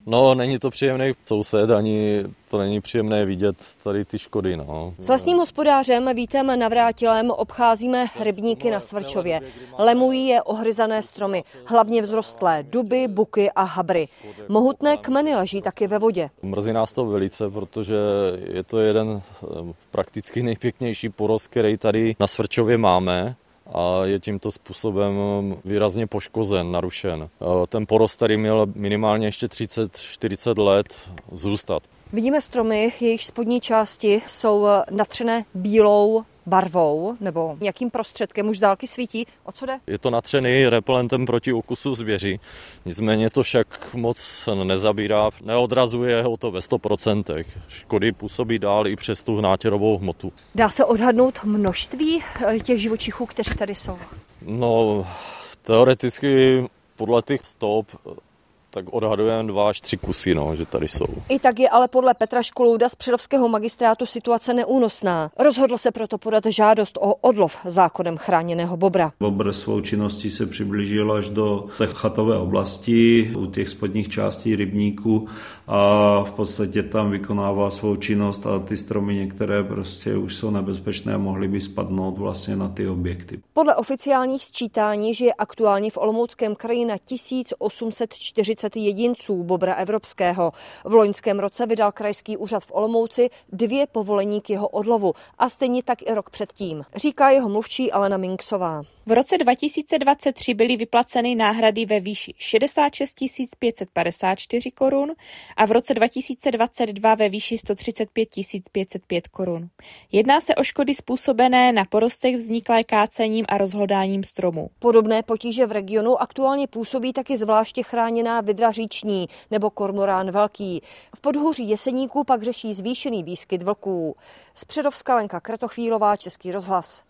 No, není to příjemný soused, ani to není příjemné vidět tady ty škody. No. S vlastním hospodářem Vítem Navrátilem obcházíme rybníky na Svrčově. Lemují je ohryzané stromy, hlavně vzrostlé duby, buky a habry. Mohutné kmeny leží taky ve vodě. Mrzí nás to velice, protože je to jeden prakticky nejpěknější porost, který tady na Svrčově máme. A je tímto způsobem výrazně poškozen, narušen. Ten porost tady měl minimálně ještě 30-40 let zůstat. Vidíme stromy, jejichž spodní části jsou natřené bílou barvou nebo jakým prostředkem, už z dálky svítí. O co jde? Je to natřený repelentem proti okusu zvěří, nicméně to však moc nezabírá, neodrazuje ho to ve 100%. Škody působí dál i přes tu hnátěrovou hmotu. Dá se odhadnout množství těch živočichů, kteří tady jsou? No, teoreticky podle těch stop tak odhadujeme 2 až 3 kusy, že tady jsou. I tak je ale podle Petra Školouda z přerovského magistrátu situace neúnosná. Rozhodl se proto podat žádost o odlov zákonem chráněného bobra. Bobr svou činností se přiblížil až do té chatové oblasti, u těch spodních částí rybníku a v podstatě tam vykonává svou činnost a ty stromy některé prostě už jsou nebezpečné a mohly by spadnout vlastně na ty objekty. Podle oficiálních sčítání žije aktuálně v Olomouckém kraji na 1840 jedinců bobra evropského. V loňském roce vydal krajský úřad v Olomouci 2 povolení k jeho odlovu a stejně tak i rok předtím, říká jeho mluvčí Alena Minksová. V roce 2023 byly vyplaceny náhrady ve výši 66 554 korun a v roce 2022 ve výši 135 505 korun. Jedná se o škody způsobené na porostech vzniklé kácením a rozhlodáním stromů. Podobné potíže v regionu aktuálně působí taky zvláště chráněná vydra říční nebo kormorán velký. V podhůří Jeseníků pak řeší zvýšený výskyt vlků. Z Přerovska Lenka Kratochvílová, Český rozhlas.